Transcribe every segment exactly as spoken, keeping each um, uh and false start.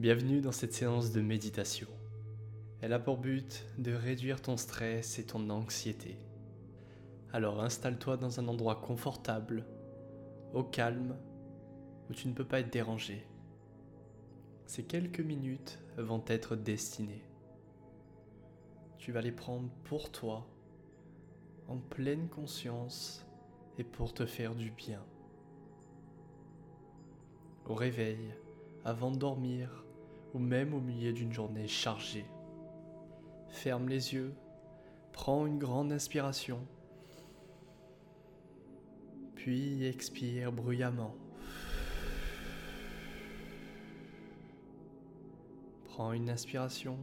Bienvenue dans cette séance de méditation. Elle a pour but de réduire ton stress et ton anxiété. Alors installe-toi dans un endroit confortable, au calme, où tu ne peux pas être dérangé. Ces quelques minutes vont être destinées. Tu vas les prendre pour toi, en pleine conscience et pour te faire du bien. Au réveil, avant de dormir, ou même au milieu d'une journée chargée. Ferme les yeux, prends une grande inspiration, puis expire bruyamment. Prends une inspiration,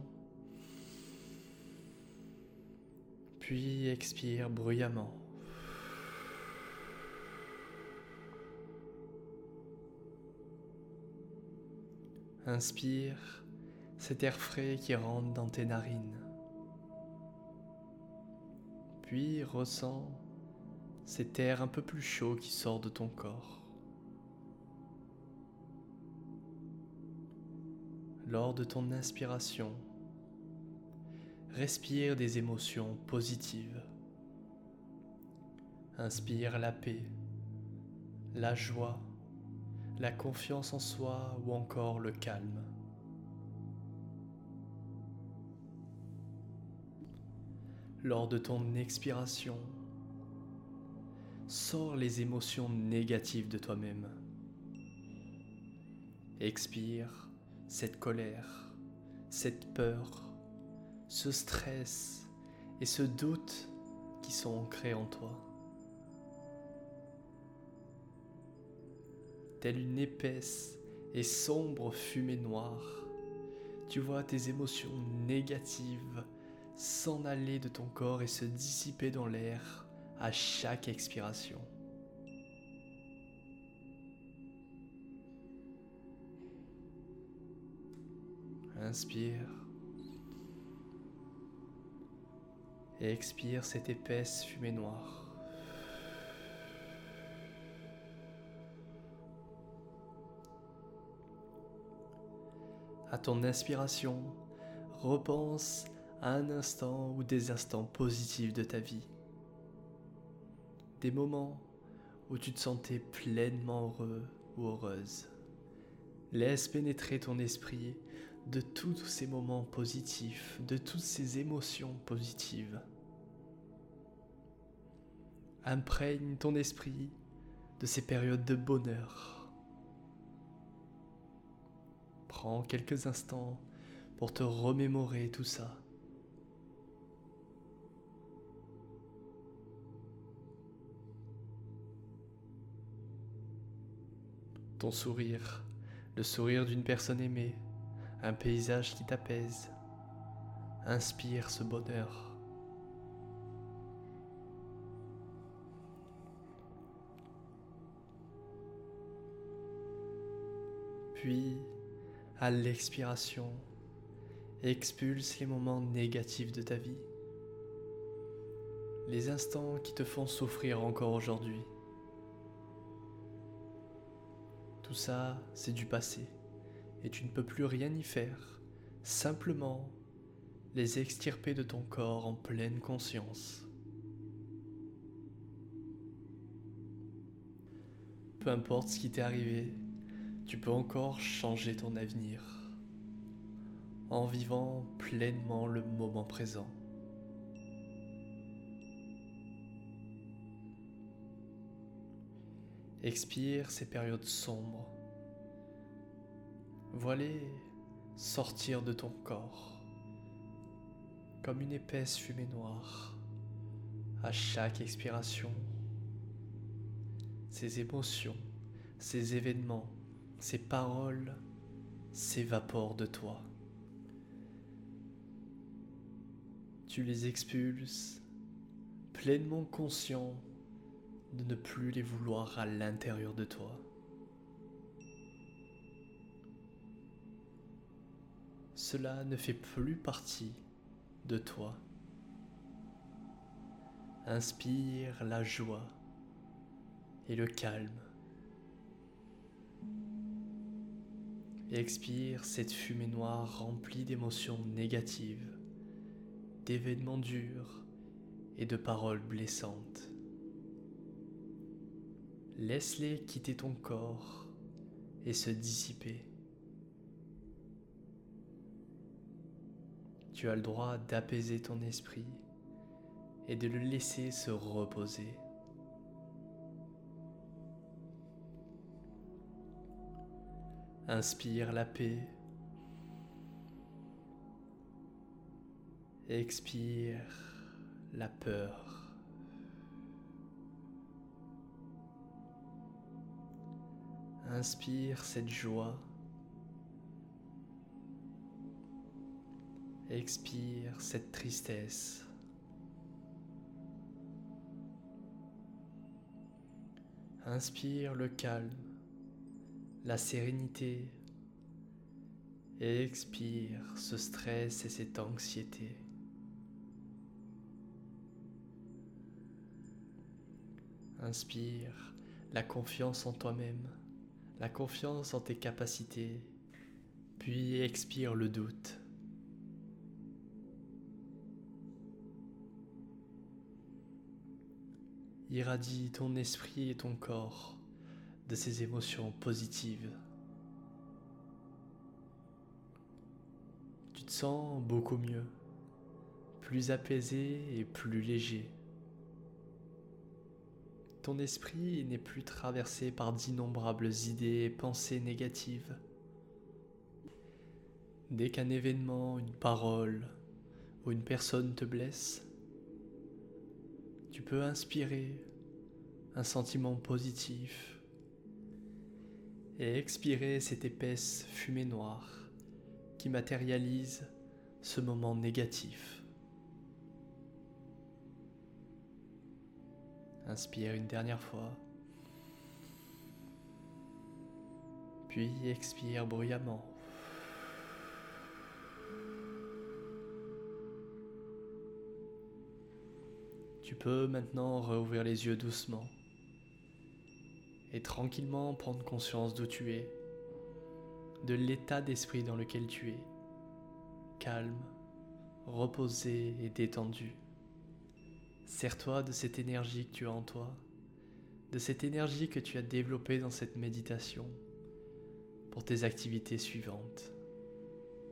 puis expire bruyamment. Inspire cet air frais qui rentre dans tes narines. Puis ressens cet air un peu plus chaud qui sort de ton corps. Lors de ton inspiration, respire des émotions positives. Inspire la paix, la joie, la confiance en soi ou encore le calme. Lors de ton expiration, sors les émotions négatives de toi-même. Expire cette colère, cette peur, ce stress et ce doute qui sont ancrés en toi. Telle une épaisse et sombre fumée noire, tu vois tes émotions négatives s'en aller de ton corps et se dissiper dans l'air à chaque expiration. Inspire et expire cette épaisse fumée noire. À ton inspiration, repense à un instant ou des instants positifs de ta vie. Des moments où tu te sentais pleinement heureux ou heureuse. Laisse pénétrer ton esprit de tous ces moments positifs, de toutes ces émotions positives. Imprègne ton esprit de ces périodes de bonheur. Prends quelques instants pour te remémorer tout ça. Ton sourire, le sourire d'une personne aimée, un paysage qui t'apaise. Inspire ce bonheur. Puis, à l'expiration, expulse les moments négatifs de ta vie, les instants qui te font souffrir encore aujourd'hui. Tout ça, c'est du passé, et tu ne peux plus rien y faire, simplement les extirper de ton corps en pleine conscience. Peu importe ce qui t'est arrivé, tu peux encore changer ton avenir en vivant pleinement le moment présent. Expire ces périodes sombres. Vois-les sortir de ton corps comme une épaisse fumée noire à chaque expiration. Ces émotions, ces événements, ces paroles s'évaporent de toi. Tu les expulses, pleinement conscient de ne plus les vouloir à l'intérieur de toi. Cela ne fait plus partie de toi. Inspire la joie et le calme. et expire cette fumée noire remplie d'émotions négatives, d'événements durs et de paroles blessantes. Laisse-les quitter ton corps et se dissiper. Tu as le droit d'apaiser ton esprit et de le laisser se reposer. Inspire la paix. Expire la peur. Inspire cette joie. Expire cette tristesse. Inspire le calme, la sérénité. Et expire ce stress et cette anxiété. Inspire la confiance en toi-même, la confiance en tes capacités, puis expire le doute. Irradie ton esprit et ton corps de ces émotions positives. Tu te sens beaucoup mieux, plus apaisé et plus léger. Ton esprit n'est plus traversé par d'innombrables idées et pensées négatives. Dès qu'un événement, une parole ou une personne te blesse, tu peux inspirer un sentiment positif et expirer cette épaisse fumée noire qui matérialise ce moment négatif. Inspire une dernière fois, puis expire bruyamment. Tu peux maintenant rouvrir les yeux doucement et tranquillement prendre conscience d'où tu es, de l'état d'esprit dans lequel tu es, calme, reposé et détendu. Sers-toi de cette énergie que tu as en toi, de cette énergie que tu as développée dans cette méditation pour tes activités suivantes.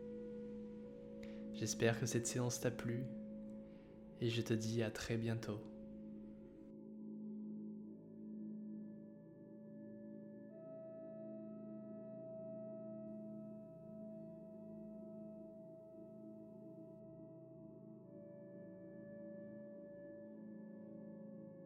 J'espère que cette séance t'a plu et je te dis à très bientôt.